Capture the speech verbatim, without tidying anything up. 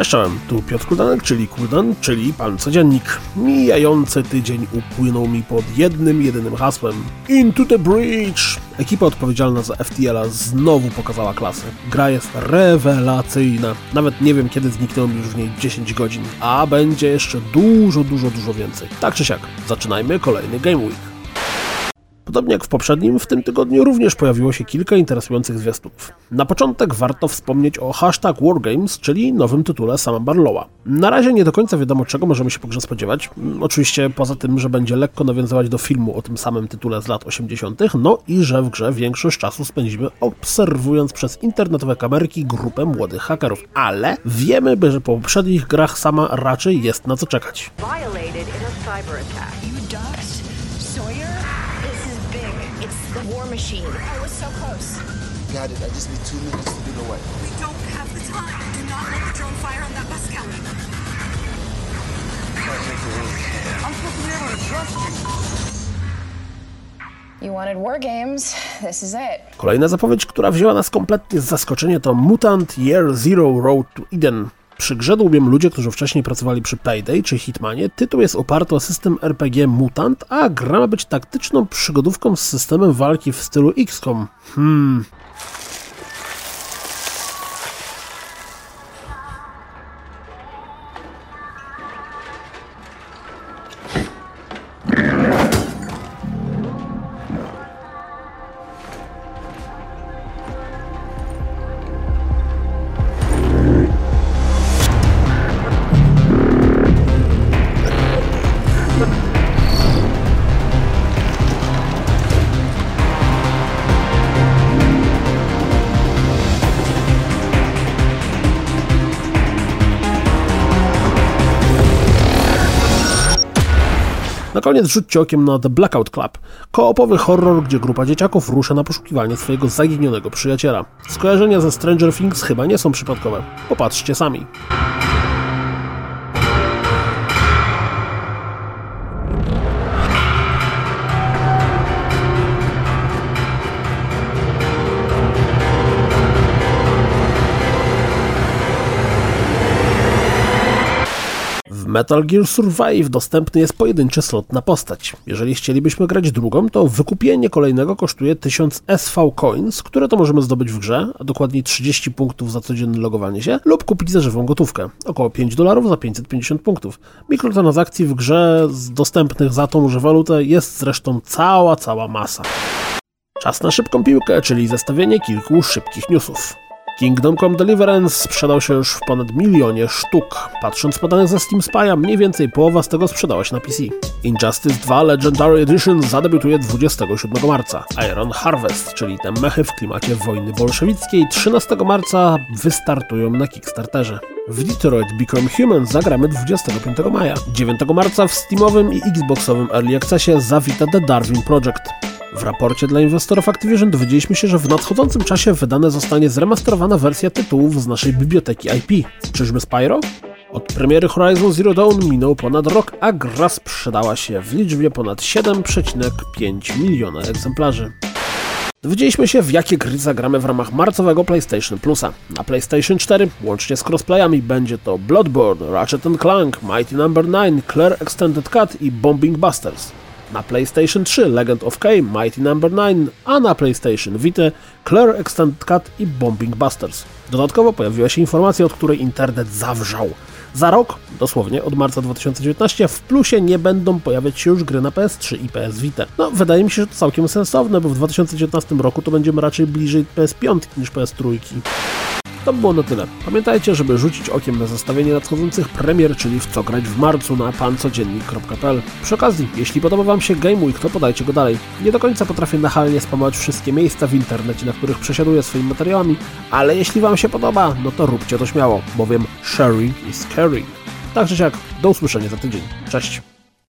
Cześć, czołem, tu Piotr Kuldanek, czyli Kuldan, czyli Pan Codziennik. Mijający tydzień upłynął mi pod jednym, jedynym hasłem Into the Breach! Ekipa odpowiedzialna za F T L a znowu pokazała klasę. Gra jest rewelacyjna. Nawet nie wiem, kiedy zniknęło mi już w niej dziesięć godzin, a będzie jeszcze dużo, dużo, dużo więcej. Tak czy siak, zaczynajmy kolejny Game Week. Podobnie jak w poprzednim, w tym tygodniu również pojawiło się kilka interesujących zwiastunów. Na początek warto wspomnieć o hashtag Wargames, czyli nowym tytule Sama Barlowa. Na razie nie do końca wiadomo, czego możemy się po grze spodziewać. Oczywiście poza tym, że będzie lekko nawiązywać do filmu o tym samym tytule z lat osiemdziesiątych, no i że w grze większość czasu spędzimy obserwując przez internetowe kamerki grupę młodych hakerów. Ale wiemy, że po poprzednich grach Sama raczej jest na co czekać. War machine. I was so close. Got it. I just need two minutes to get away. We don't have the time. Do not let the drone fire on that bus counter. I'm supposed to be able to trust you. You wanted war games. This is it. Kolejna zapowiedź, która wzięła nas kompletnie z zaskoczenia, to Mutant Year Zero Road to Eden. Przy grze dłubią ludzie, którzy wcześniej pracowali przy Payday czy Hitmanie. Tytuł jest oparty o system R P G Mutant, a gra ma być taktyczną przygodówką z systemem walki w stylu X COM. Hmm... Na koniec rzućcie okiem na The Blackout Club, koopowy horror, gdzie grupa dzieciaków rusza na poszukiwanie swojego zaginionego przyjaciela. Skojarzenia ze Stranger Things chyba nie są przypadkowe. Popatrzcie sami. W Metal Gear Survive dostępny jest pojedynczy slot na postać. Jeżeli chcielibyśmy grać drugą, to wykupienie kolejnego kosztuje tysiąc S V Coins, które to możemy zdobyć w grze, a dokładniej trzydzieści punktów za codzienne logowanie się, lub kupić za żywą gotówkę, około pięć dolarów za pięćset pięćdziesiąt punktów. Mikrotransakcji w grze z dostępnych za tą walutę jest zresztą cała, cała masa. Czas na szybką piłkę, czyli zestawienie kilku szybkich newsów. Kingdom Come Deliverance sprzedał się już w ponad milionie sztuk. Patrząc po danych ze Steam Spy'a, mniej więcej połowa z tego sprzedała się na P C. Injustice dwa Legendary Edition zadebiutuje dwudziestego siódmego marca. Iron Harvest, czyli te mechy w klimacie wojny bolszewickiej, trzynastego marca wystartują na Kickstarterze. W Detroit Become Human zagramy dwudziestego piątego maja. dziewiątego marca w Steamowym i Xboxowym Early Accessie zawita The Darwin Project. W raporcie dla inwestorów Activision dowiedzieliśmy się, że w nadchodzącym czasie wydana zostanie zremasterowana wersja tytułów z naszej biblioteki I P. Czyżby Spyro? Od premiery Horizon Zero Dawn minął ponad rok, a gra sprzedała się w liczbie ponad siedem przecinek pięć miliona egzemplarzy. Dowiedzieliśmy się, w jakie gry zagramy w ramach marcowego PlayStation Plusa. Na PlayStation cztery, łącznie z crossplayami, będzie to Bloodborne, Ratchet and Clank, Mighty Number nine, Claire Extended Cut i Bombing Busters. Na PlayStation trzy Legend of K, Mighty Number nine, a na PlayStation Vita Claire Extended Cut i Bombing Busters. Dodatkowo pojawiła się informacja, od której internet zawrzał. Za rok, dosłownie od marca dwa tysiące dziewiętnastego, w Plusie nie będą pojawiać się już gry na P S trzy i P S Vita. No, wydaje mi się, że to całkiem sensowne, bo w dwa tysiące dziewiętnastym roku to będziemy raczej bliżej P S pięć niż P S trzy. To by było na tyle. Pamiętajcie, żeby rzucić okiem na zestawienie nadchodzących premier, czyli w co grać w marcu na pan codziennik kropka p l. Przy okazji, jeśli podoba Wam się Game Week, to podajcie go dalej. Nie do końca potrafię nachalnie spamować wszystkie miejsca w internecie, na których przesiaduję swoimi materiałami, ale jeśli Wam się podoba, no to róbcie to śmiało, bowiem sharing is caring. Tak czy siak, do usłyszenia za tydzień. Cześć!